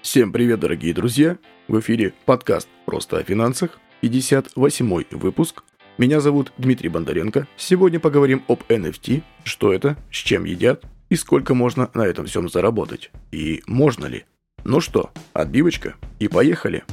Всем привет, дорогие друзья! В эфире подкаст «Просто о финансах», 58-й выпуск. Меня зовут Дмитрий Бондаренко. Сегодня поговорим об NFT, что это, с чем едят и сколько можно на этом всем заработать. И можно ли? Ну что, отбивочка и поехали!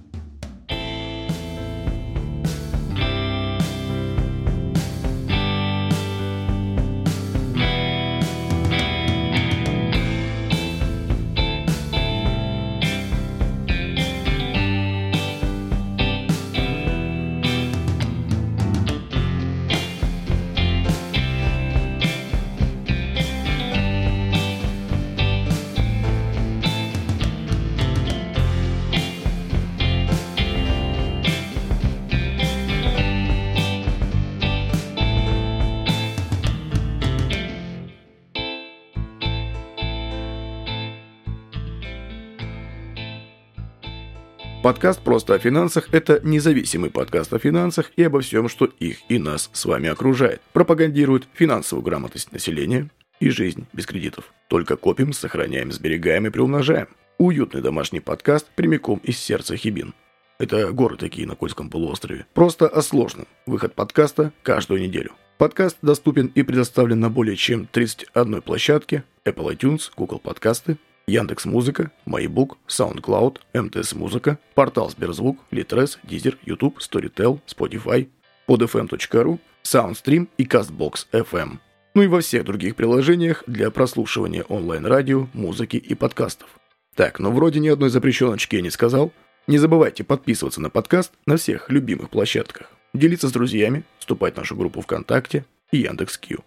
Подкаст «Просто о финансах» — это независимый подкаст о финансах и обо всем, что их и нас с вами окружает. Пропагандирует финансовую грамотность населения и жизнь без кредитов. Только копим, сохраняем, сберегаем и приумножаем. Уютный домашний подкаст прямиком из сердца Хибин. Это горы такие на Кольском полуострове. Просто о сложном. Выход подкаста каждую неделю. Подкаст доступен и предоставлен на более чем 31 площадке: Apple iTunes, Google подкасты, Яндекс.Музыка, MyBook, SoundCloud, МТС-музыка, портал Сберзвук, Литрес, Deezer, YouTube, Storytel, Spotify, podfm.ru, SoundStream и CastBox.fm. Ну и во всех других приложениях для прослушивания онлайн-радио, музыки и подкастов. Так, ну вроде ни одной запрещеночки я не сказал. Не забывайте подписываться на подкаст на всех любимых площадках, делиться с друзьями, вступать в нашу группу ВКонтакте и Яндекс.Кью.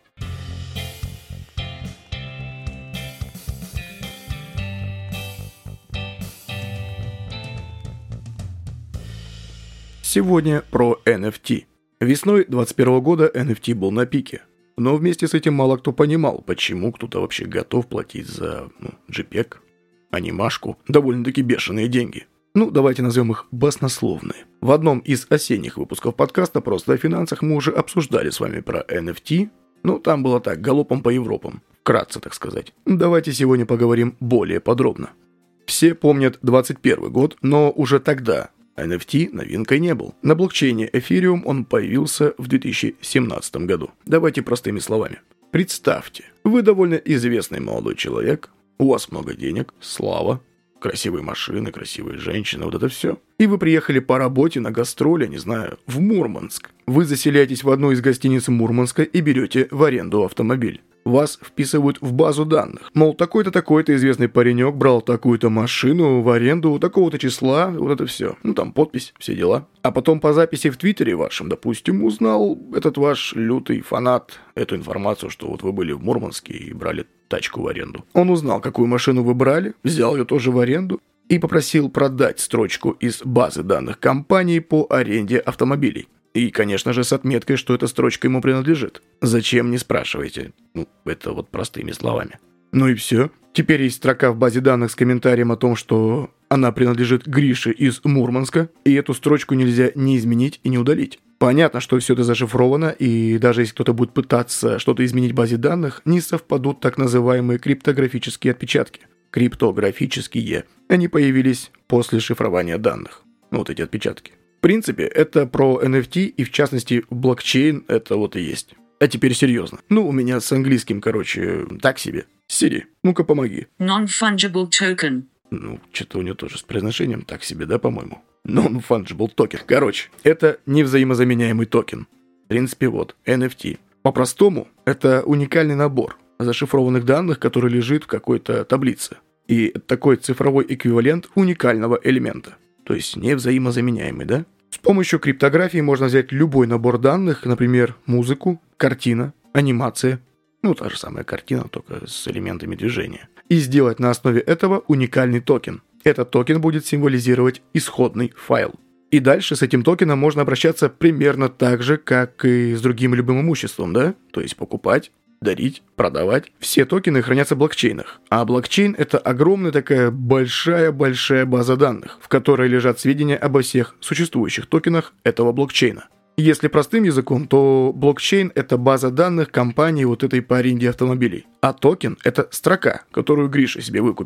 Сегодня про NFT. Весной 2021 года NFT был на пике. Но вместе с этим мало кто понимал, почему кто-то вообще готов платить за JPEG, анимашку, довольно-таки бешеные деньги. Давайте назовем их баснословные. В одном из осенних выпусков подкаста «Просто о финансах» мы уже обсуждали с вами про NFT. Там было так, галопом по Европам. Вкратце, так сказать. Давайте сегодня поговорим более подробно. Все помнят 2021 год, но уже тогда NFT новинкой не был. На блокчейне Ethereum он появился в 2017 году. Давайте простыми словами. Представьте, вы довольно известный молодой человек, у вас много денег, слава, красивые машины, красивые женщины, вот это все. И вы приехали по работе на гастроли, не знаю, в Мурманск. Вы заселяетесь в одну из гостиниц Мурманска и берете в аренду автомобиль. Вас вписывают в базу данных. Мол, такой-то, такой-то известный паренек брал такую-то машину в аренду такого-то числа, вот это все. Там подпись, все дела. А потом по записи в Твиттере вашем, допустим, узнал этот ваш лютый фанат эту информацию, что вот вы были в Мурманске и брали тачку в аренду. Он узнал, какую машину вы брали, взял ее тоже в аренду и попросил продать строчку из базы данных компании по аренде автомобилей. И, конечно же, с отметкой, что эта строчка ему принадлежит. Зачем, не спрашивайте. Это вот простыми словами. И все. Теперь есть строка в базе данных с комментарием о том, что она принадлежит Грише из Мурманска, и эту строчку нельзя ни изменить и не удалить. Понятно, что все это зашифровано, и даже если кто-то будет пытаться что-то изменить в базе данных, не совпадут так называемые криптографические отпечатки. Криптографические. Они появились после шифрования данных. Вот эти отпечатки. В принципе, это про NFT, и в частности, блокчейн это вот и есть. А теперь серьезно. У меня с английским, так себе. Сири, ну-ка помоги. Non-fungible token. Что-то у нее тоже с произношением так себе, да, по-моему? Non-fungible token. Это невзаимозаменяемый токен. В принципе, вот, NFT. По-простому, это уникальный набор зашифрованных данных, который лежит в какой-то таблице. И такой цифровой эквивалент уникального элемента. То есть невзаимозаменяемый, да? С помощью криптографии можно взять любой набор данных, например, музыку, картина, анимация, та же самая картина, только с элементами движения, и сделать на основе этого уникальный токен. Этот токен будет символизировать исходный файл. И дальше с этим токеном можно обращаться примерно так же, как и с другим любым имуществом, да? То есть покупать, дарить, продавать. Все токены хранятся в блокчейнах. А блокчейн — это огромная такая большая-большая база данных, в которой лежат сведения обо всех существующих токенах этого блокчейна. Если простым языком, то блокчейн — это база данных компании вот этой по аренде автомобилей. А токен — это строка, которую Гриша себе выкупил.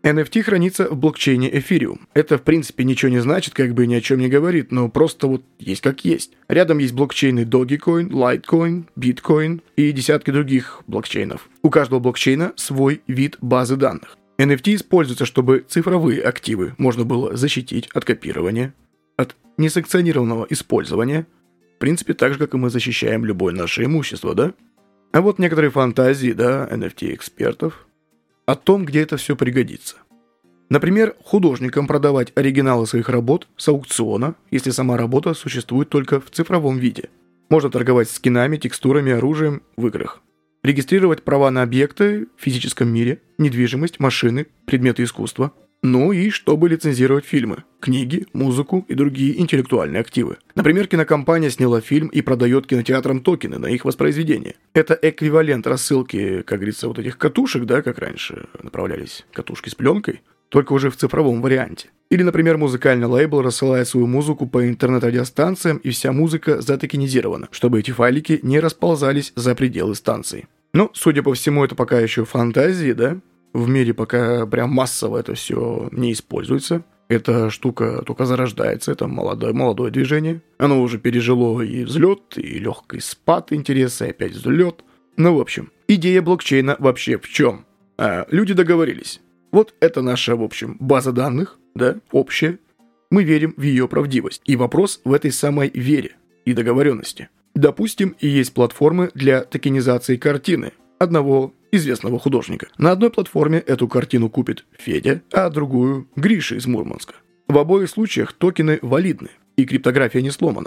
NFT хранится в блокчейне Ethereum. Это, в принципе, ничего не значит, как бы ни о чем не говорит, но просто вот есть как есть. Рядом есть блокчейны Dogecoin, Litecoin, Bitcoin и десятки других блокчейнов. У каждого блокчейна свой вид базы данных. NFT используется, чтобы цифровые активы можно было защитить от копирования, от несанкционированного использования. В принципе, так же, как и мы защищаем любое наше имущество, да? А вот некоторые фантазии, да, NFT-экспертов о том, где это все пригодится. Например, художникам продавать оригиналы своих работ с аукциона, если сама работа существует только в цифровом виде. Можно торговать скинами, текстурами, оружием в играх. Регистрировать права на объекты в физическом мире, недвижимость, машины, предметы искусства. Ну и чтобы лицензировать фильмы, книги, музыку и другие интеллектуальные активы. Например, кинокомпания сняла фильм и продает кинотеатрам токены на их воспроизведение. Это эквивалент рассылки, как говорится, вот этих катушек, да, как раньше направлялись катушки с пленкой, только уже в цифровом варианте. Или, например, музыкальный лейбл рассылает свою музыку по интернет-радиостанциям, и вся музыка затокенизирована, чтобы эти файлики не расползались за пределы станции. Но, судя по всему, это пока еще фантазии, да? В мире пока прям массово это все не используется. Эта штука только зарождается, это молодое движение. Оно уже пережило и взлет, и легкий спад интереса, и опять взлет. Ну, в общем, идея блокчейна вообще в чем? Люди договорились. Вот это наша, в общем, база данных, да, общая. Мы верим в ее правдивость. И вопрос в этой самой вере и договоренности. Допустим, и есть платформы для токенизации картины одного известного художника. На одной платформе эту картину купит Федя, а другую – Гриша из Мурманска. В обоих случаях токены валидны, и криптография не сломана.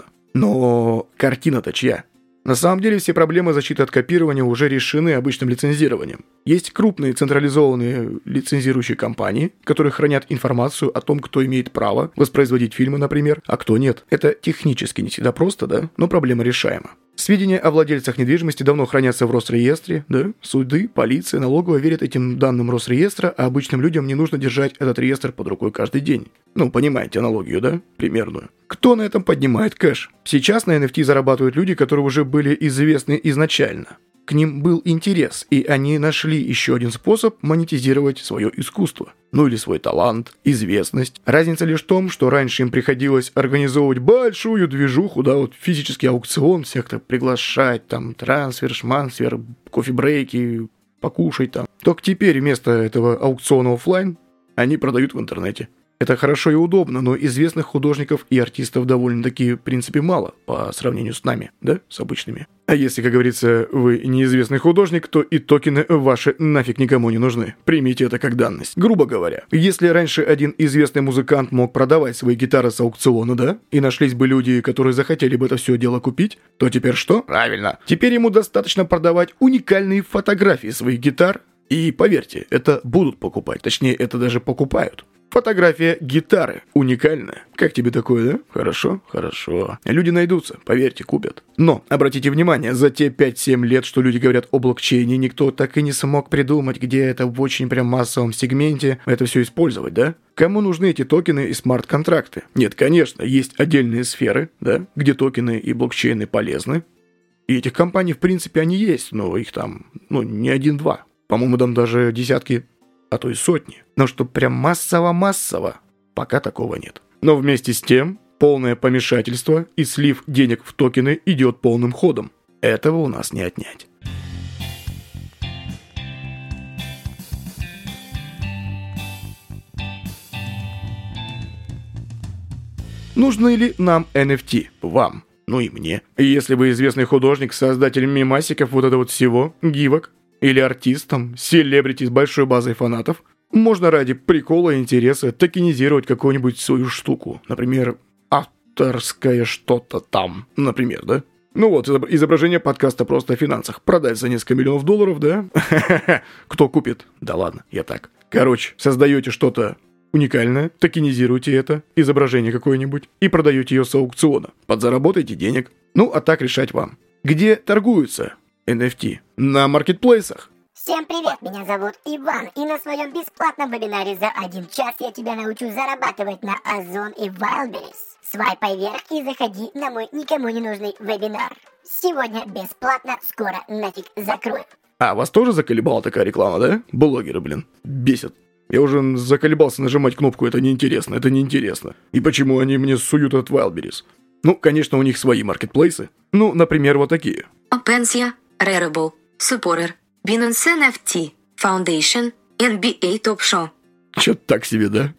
Но картина-то чья? На самом деле все проблемы защиты от копирования уже решены обычным лицензированием. Есть крупные централизованные лицензирующие компании, которые хранят информацию о том, кто имеет право воспроизводить фильмы, например, а кто нет. Это технически не всегда просто, да, но проблема решаема. Сведения о владельцах недвижимости давно хранятся в Росреестре, да? Суды, полиция, налоговая верят этим данным Росреестра, а обычным людям не нужно держать этот реестр под рукой каждый день. Ну, понимаете аналогию, да? Примерную. Кто на этом поднимает кэш? Сейчас на NFT зарабатывают люди, которые уже были известны изначально. К ним был интерес, и они нашли еще один способ монетизировать свое искусство. Ну или свой талант, известность. Разница лишь в том, что раньше им приходилось организовывать большую движуху, да, вот физический аукцион, всех-то приглашать, там, трансфер, шмансфер, кофе-брейки, покушать там. Только теперь вместо этого аукциона оффлайн они продают в интернете. Это хорошо и удобно, но известных художников и артистов довольно-таки, в принципе, мало по сравнению с нами, да, с обычными. А если, как говорится, вы неизвестный художник, то и токены ваши нафиг никому не нужны. Примите это как данность. Грубо говоря, если раньше один известный музыкант мог продавать свои гитары с аукциона, да, и нашлись бы люди, которые захотели бы это все дело купить, то теперь что? Правильно. Теперь ему достаточно продавать уникальные фотографии своих гитар, и поверьте, это будут покупать, точнее, это даже покупают. Фотография гитары. Уникальная. Как тебе такое, да? Хорошо? Хорошо. Люди найдутся, поверьте, купят. Но, обратите внимание, за те 5-7 лет, что люди говорят о блокчейне, никто так и не смог придумать, где это в очень прям массовом сегменте это все использовать, да? Кому нужны эти токены и смарт-контракты? Нет, конечно, есть отдельные сферы, да, где токены и блокчейны полезны. И этих компаний, в принципе, они есть, но их там, не один-два. По-моему, там даже десятки, а то и сотни. Но что прям массово-массово, пока такого нет. Но вместе с тем, полное помешательство и слив денег в токены идет полным ходом. Этого у нас не отнять. Нужны ли нам NFT? Вам. Ну и мне. Если вы известный художник, создатель мемасиков, вот это вот всего, гивок, или артистом, селебрити с большой базой фанатов, можно ради прикола и интереса токенизировать какую-нибудь свою штуку. Например, авторское что-то там. Например, да? Ну вот, изображение подкаста просто о финансах. Продать за несколько миллионов долларов, да? Кто купит? Да ладно, я так. Короче, создаете что-то уникальное, токенизируете это, изображение какое-нибудь, и продаете ее с аукциона. Подзаработайте денег. Ну, а так решать вам. Где торгуются NFT? На маркетплейсах. Всем привет, меня зовут Иван, и на своем бесплатном вебинаре за 1 час я тебя научу зарабатывать на Озон и Wildberries. Свайпай вверх и заходи на мой никому не нужный вебинар. Сегодня бесплатно, скоро нафиг закрою. А, вас тоже заколебала такая реклама, да? Блогеры, блин, бесят. Я уже заколебался нажимать кнопку «это неинтересно, это неинтересно». И почему они мне суют от Wildberries? Ну, конечно, у них свои маркетплейсы. Ну, например, вот такие. OpenSea, Rarible, Supporter, Binance NFT, Foundation, NBA Top Show. Чё-то так себе, да?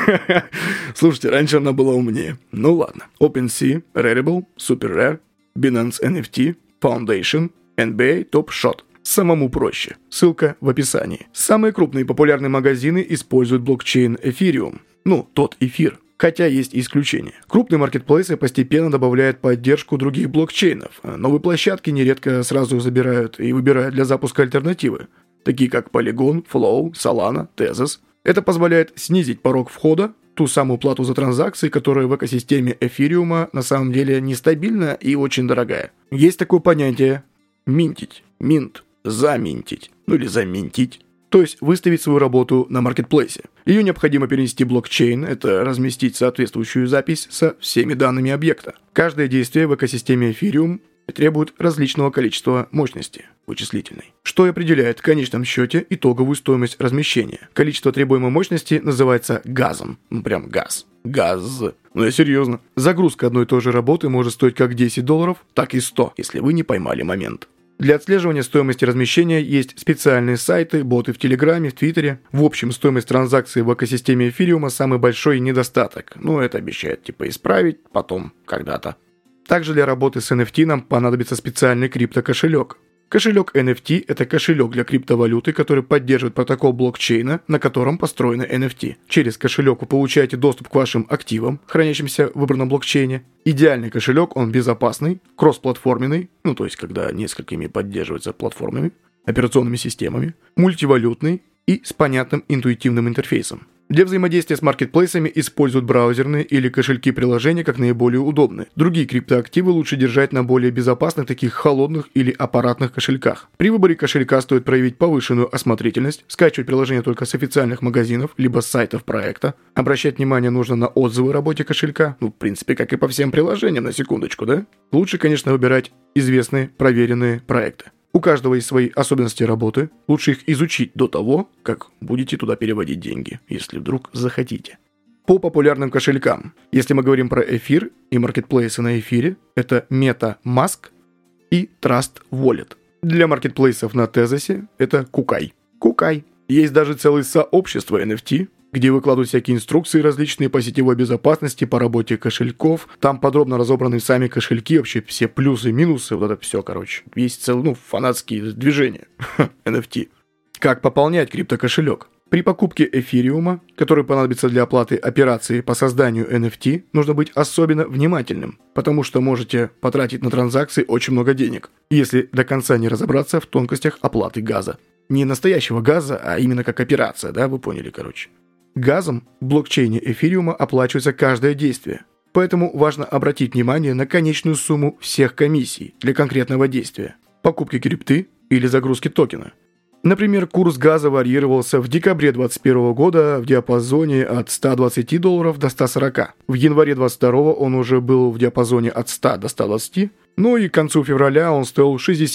Слушайте, раньше она была умнее. Ну ладно. OpenSea, Rarible, SuperRare, Binance NFT, Foundation, NBA Top Shot. Самому проще. Ссылка в описании. Самые крупные популярные магазины используют блокчейн Ethereum. Ну, тот эфир. Хотя есть и исключения. Крупные маркетплейсы постепенно добавляют поддержку других блокчейнов. Новые площадки нередко сразу забирают и выбирают для запуска альтернативы, такие как Polygon, Flow, Solana, Tezos. Это позволяет снизить порог входа, ту самую плату за транзакции, которая в экосистеме эфириума на самом деле нестабильна и очень дорогая. Есть такое понятие минтить, минт, заминтить, ну или заминтить. То есть выставить свою работу на маркетплейсе. Ее необходимо перенести в блокчейн, это разместить соответствующую запись со всеми данными объекта. Каждое действие в экосистеме Ethereum требует различного количества мощности вычислительной, что и определяет в конечном счете итоговую стоимость размещения. Количество требуемой мощности называется газом. Ну прям газ. Газ. Ну я серьезно. Загрузка одной и той же работы может стоить как $10, так и 100, если вы не поймали момент. Для отслеживания стоимости размещения есть специальные сайты, боты в Телеграме, в Твиттере. В общем, стоимость транзакций в экосистеме эфириума самый большой недостаток. Ну, это обещает типа исправить потом, когда-то. Также для работы с NFT нам понадобится специальный криптокошелек. Кошелек NFT – это кошелек для криптовалюты, который поддерживает протокол блокчейна, на котором построены NFT. Через кошелек вы получаете доступ к вашим активам, хранящимся в выбранном блокчейне. Идеальный кошелек, он безопасный, кроссплатформенный, ну то есть когда несколькими поддерживается платформами, операционными системами, мультивалютный и с понятным интуитивным интерфейсом. Для взаимодействия с маркетплейсами используют браузерные или кошельки приложения как наиболее удобные. Другие криптоактивы лучше держать на более безопасных, таких холодных или аппаратных кошельках. При выборе кошелька стоит проявить повышенную осмотрительность, скачивать приложение только с официальных магазинов, либо с сайтов проекта. Обращать внимание нужно на отзывы о работе кошелька. Ну, в принципе, как и по всем приложениям, на секундочку, да? Лучше, конечно, выбирать известные, проверенные проекты. У каждого есть свои особенности работы. Лучше их изучить до того, как будете туда переводить деньги, если вдруг захотите. По популярным кошелькам. Если мы говорим про эфир и маркетплейсы на эфире, это MetaMask и Trust Wallet. Для маркетплейсов на Тезосе это Kukai. Kukai. Есть даже целое сообщество NFT, где выкладывают всякие инструкции различные по сетевой безопасности, по работе кошельков. Там подробно разобраны сами кошельки, вообще все плюсы, минусы, вот это все, короче. Есть целые, фанатские движения NFT. Как пополнять криптокошелек? При покупке эфириума, который понадобится для оплаты операции по созданию NFT, нужно быть особенно внимательным, потому что можете потратить на транзакции очень много денег, если до конца не разобраться в тонкостях оплаты газа. Не настоящего газа, а именно как операция, да, вы поняли, короче. Газом в блокчейне эфириума оплачивается каждое действие, поэтому важно обратить внимание на конечную сумму всех комиссий для конкретного действия, покупки крипты или загрузки токена. Например, курс газа варьировался в декабре 2021 года в диапазоне от $120 до 140. В январе 2022 он уже был в диапазоне от 100 до 120, ну и к концу февраля он стоил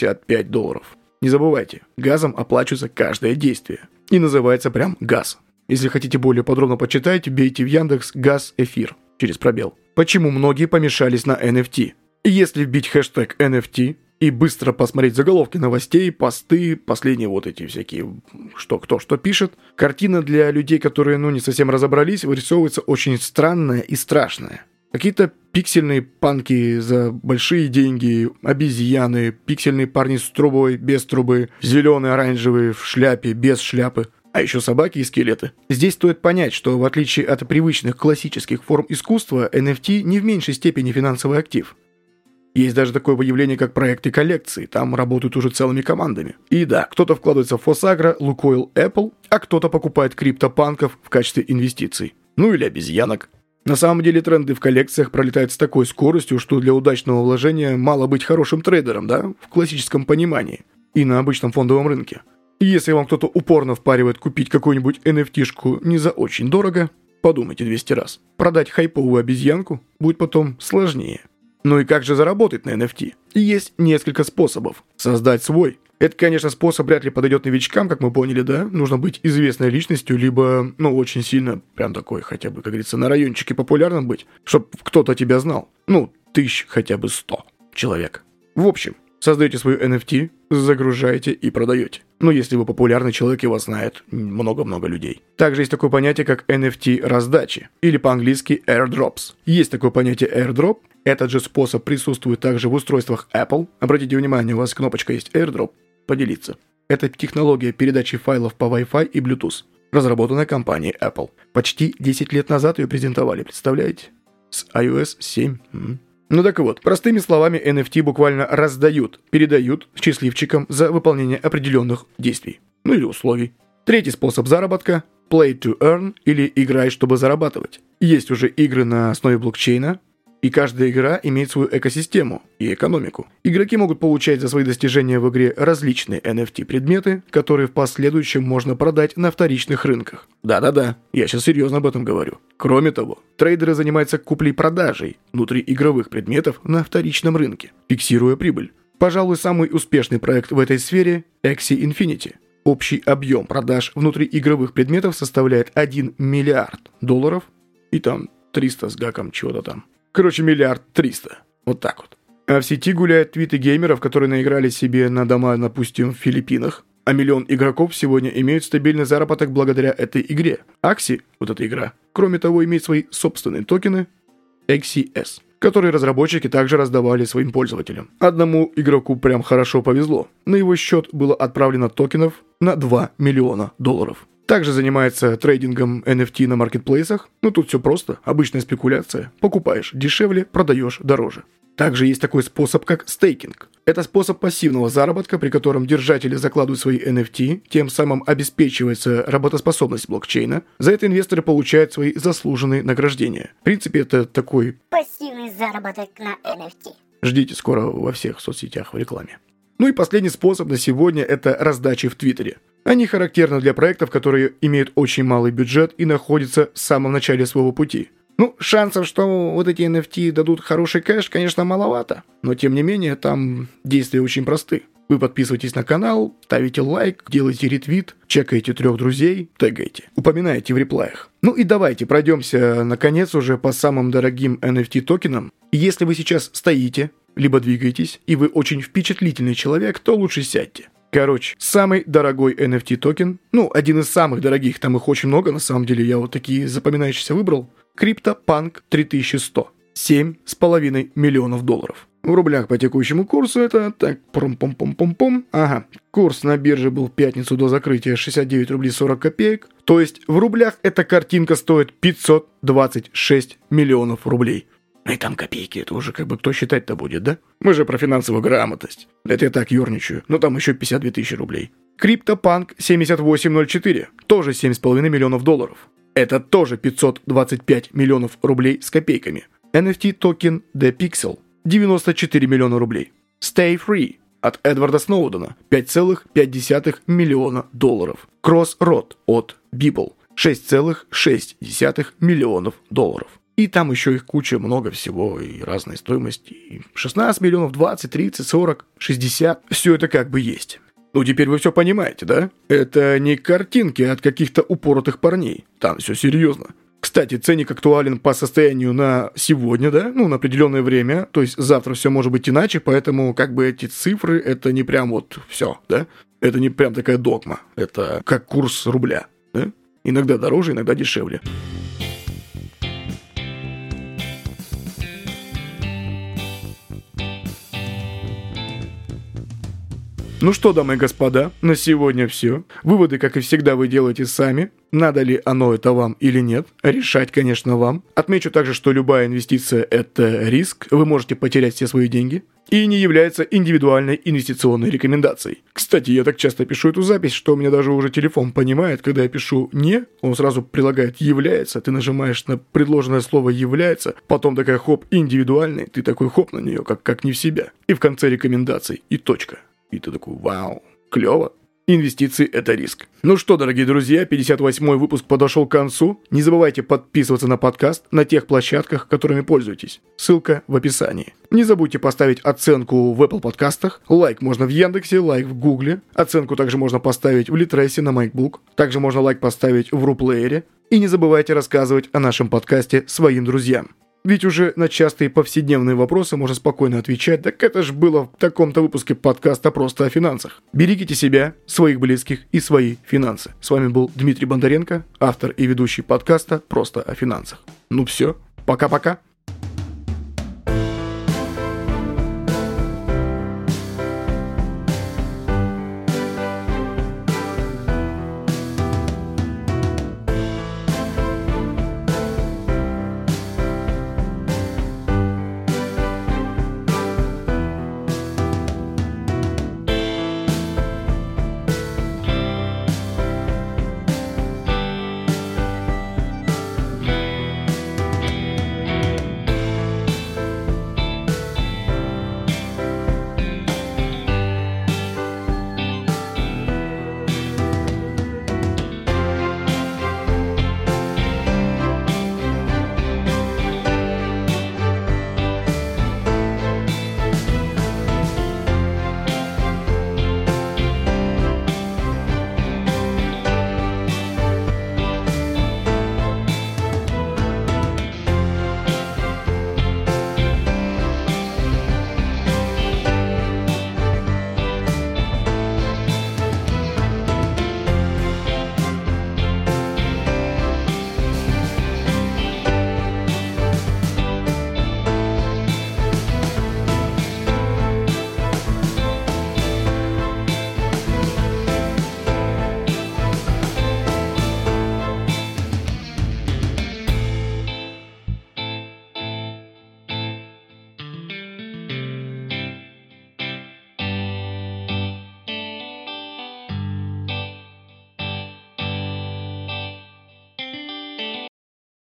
$65. Не забывайте, газом оплачивается каждое действие и называется прям газ. Если хотите более подробно почитать, бейте в Яндекс «Газ Эфир» через пробел. Почему многие помешались на NFT? Если вбить хэштег NFT и быстро посмотреть заголовки новостей, посты, последние вот эти всякие, кто что пишет, картина для людей, которые, не совсем разобрались, вырисовывается очень странная и страшная. Какие-то пиксельные панки за большие деньги, обезьяны, пиксельные парни с трубой, без трубы, зеленые, оранжевые, в шляпе, без шляпы. А еще собаки и скелеты. Здесь стоит понять, что в отличие от привычных классических форм искусства, NFT не в меньшей степени финансовый актив. Есть даже такое явление, как проекты коллекции, там работают уже целыми командами. И да, кто-то вкладывается в Фосагро, Лукойл, Apple, а кто-то покупает криптопанков в качестве инвестиций. Ну или обезьянок. На самом деле тренды в коллекциях пролетают с такой скоростью, что для удачного вложения мало быть хорошим трейдером, да, в классическом понимании, и на обычном фондовом рынке. Если вам кто-то упорно впаривает купить какую-нибудь NFT-шку не за очень дорого, подумайте 200 раз. Продать хайповую обезьянку будет потом сложнее. Ну и как же заработать на NFT? Есть несколько способов. Создать свой. Это, конечно, способ вряд ли подойдет новичкам, как мы поняли, да? Нужно быть известной личностью, либо, очень сильно, прям такой, хотя бы, как говорится, на райончике популярным быть, чтобы кто-то тебя знал. 1000 хотя бы 100 человек. В общем, создаете свою NFT, загружаете и продаете. Если вы популярный человек и вас знает много-много людей. Также есть такое понятие, как NFT раздачи, или по-английски airdrops. Есть такое понятие airdrop. Этот же способ присутствует также в устройствах Apple. Обратите внимание, у вас кнопочка есть airdrop. Поделиться. Это технология передачи файлов по Wi-Fi и Bluetooth, разработанная компанией Apple. Почти 10 лет назад ее презентовали, представляете? С iOS 7. Так вот, простыми словами, NFT буквально раздают, передают счастливчикам за выполнение определенных действий. Или условий. Третий способ заработка – play to earn, или играй, чтобы зарабатывать. Есть уже игры на основе блокчейна, и каждая игра имеет свою экосистему и экономику. Игроки могут получать за свои достижения в игре различные NFT-предметы, которые в последующем можно продать на вторичных рынках. Да-да-да, я сейчас серьезно об этом говорю. Кроме того, трейдеры занимаются куплей-продажей внутриигровых предметов на вторичном рынке, фиксируя прибыль. Пожалуй, самый успешный проект в этой сфере – Axie Infinity. Общий объем продаж внутриигровых предметов составляет $1 миллиард, и там 300 с гаком чего-то там. $1 миллиард 300. Вот так вот. А в сети гуляют твиты геймеров, которые наиграли себе на дома, допустим, в Филиппинах. А миллион игроков сегодня имеют стабильный заработок благодаря этой игре. Axie, вот эта игра, кроме того, имеет свои собственные токены XCS, которые разработчики также раздавали своим пользователям. Одному игроку прям хорошо повезло. На его счет было отправлено токенов на $2 миллиона. Также занимается трейдингом NFT на маркетплейсах. Тут все просто. Обычная спекуляция. Покупаешь дешевле, продаешь дороже. Также есть такой способ, как стейкинг. Это способ пассивного заработка, при котором держатели закладывают свои NFT, тем самым обеспечивается работоспособность блокчейна. За это инвесторы получают свои заслуженные награждения. В принципе, это такой пассивный заработок на NFT. Ждите скоро во всех соцсетях в рекламе. И последний способ на сегодня – это раздачи в Твиттере. Они характерны для проектов, которые имеют очень малый бюджет и находятся в самом начале своего пути. Шансов, что вот эти NFT дадут хороший кэш, конечно, маловато. Но, тем не менее, там действия очень просты. Вы подписываетесь на канал, ставите лайк, делаете ретвит, чекаете 3 друзей, тегаете, упоминаете в реплаях. И давайте пройдемся, наконец, уже по самым дорогим NFT-токенам. Если вы сейчас стоите, либо двигаетесь, и вы очень впечатлительный человек, то лучше сядьте. Самый дорогой NFT-токен, один из самых дорогих, там их очень много, на самом деле, я вот такие запоминающиеся выбрал. CryptoPunk 3100. $7,5 миллионов. В рублях по текущему курсу это так, пом-пом-пом-пом-пом. Ага, курс на бирже был в пятницу до закрытия 69 рублей 40 копеек. То есть в рублях эта картинка стоит 526 миллионов рублей. И там копейки, это уже кто считать-то будет, да? Мы же про финансовую грамотность. Это я так ерничаю. Там еще 52 тысячи рублей. CryptoPunk 7804. Тоже $7,5 миллионов. Это тоже 525 миллионов рублей с копейками. NFT-токен The Pixel 94 миллиона рублей. Stay Free от Эдварда Сноудена 5,5 миллиона долларов. Crossroad от Beeple 6,6 миллионов долларов. И там еще их куча, много всего, и разной стоимости. И 16 миллионов, 20, 30, 40, 60. Все это есть. Теперь вы все понимаете, да? Это не картинки от каких-то упоротых парней. Там все серьезно. Кстати, ценник актуален по состоянию на сегодня, да? На определенное время. То есть завтра все может быть иначе, поэтому эти цифры, это не прям все, да? Это не прям такая догма. Это как курс рубля, да? Иногда дороже, иногда дешевле. Что, дамы и господа, на сегодня все. Выводы, как и всегда, вы делаете сами. Надо ли оно это вам или нет, решать, конечно, вам. Отмечу также, что любая инвестиция – это риск, вы можете потерять все свои деньги. И не является индивидуальной инвестиционной рекомендацией. Кстати, я так часто пишу эту запись, что у меня даже уже телефон понимает, когда я пишу «не», он сразу прилагает «является», ты нажимаешь на предложенное слово «является», потом такая хоп, индивидуальный, ты такой хоп на нее, как не в себя. И в конце рекомендаций, и точка. И ты такой, вау, клево. Инвестиции – это риск. Ну что, дорогие друзья, 58-й выпуск подошел к концу. Не забывайте подписываться на подкаст на тех площадках, которыми пользуетесь. Ссылка в описании. Не забудьте поставить оценку в Apple подкастах. Лайк можно в Яндексе, лайк в Гугле. Оценку также можно поставить в Литресе на MacBook. Также можно лайк поставить в RuPlayer. И не забывайте рассказывать о нашем подкасте своим друзьям. Ведь уже на частые повседневные вопросы можно спокойно отвечать, так это ж было в таком-то выпуске подкаста «Просто о финансах». Берегите себя, своих близких и свои финансы. С вами был Дмитрий Бондаренко, автор и ведущий подкаста «Просто о финансах». Ну все, пока-пока.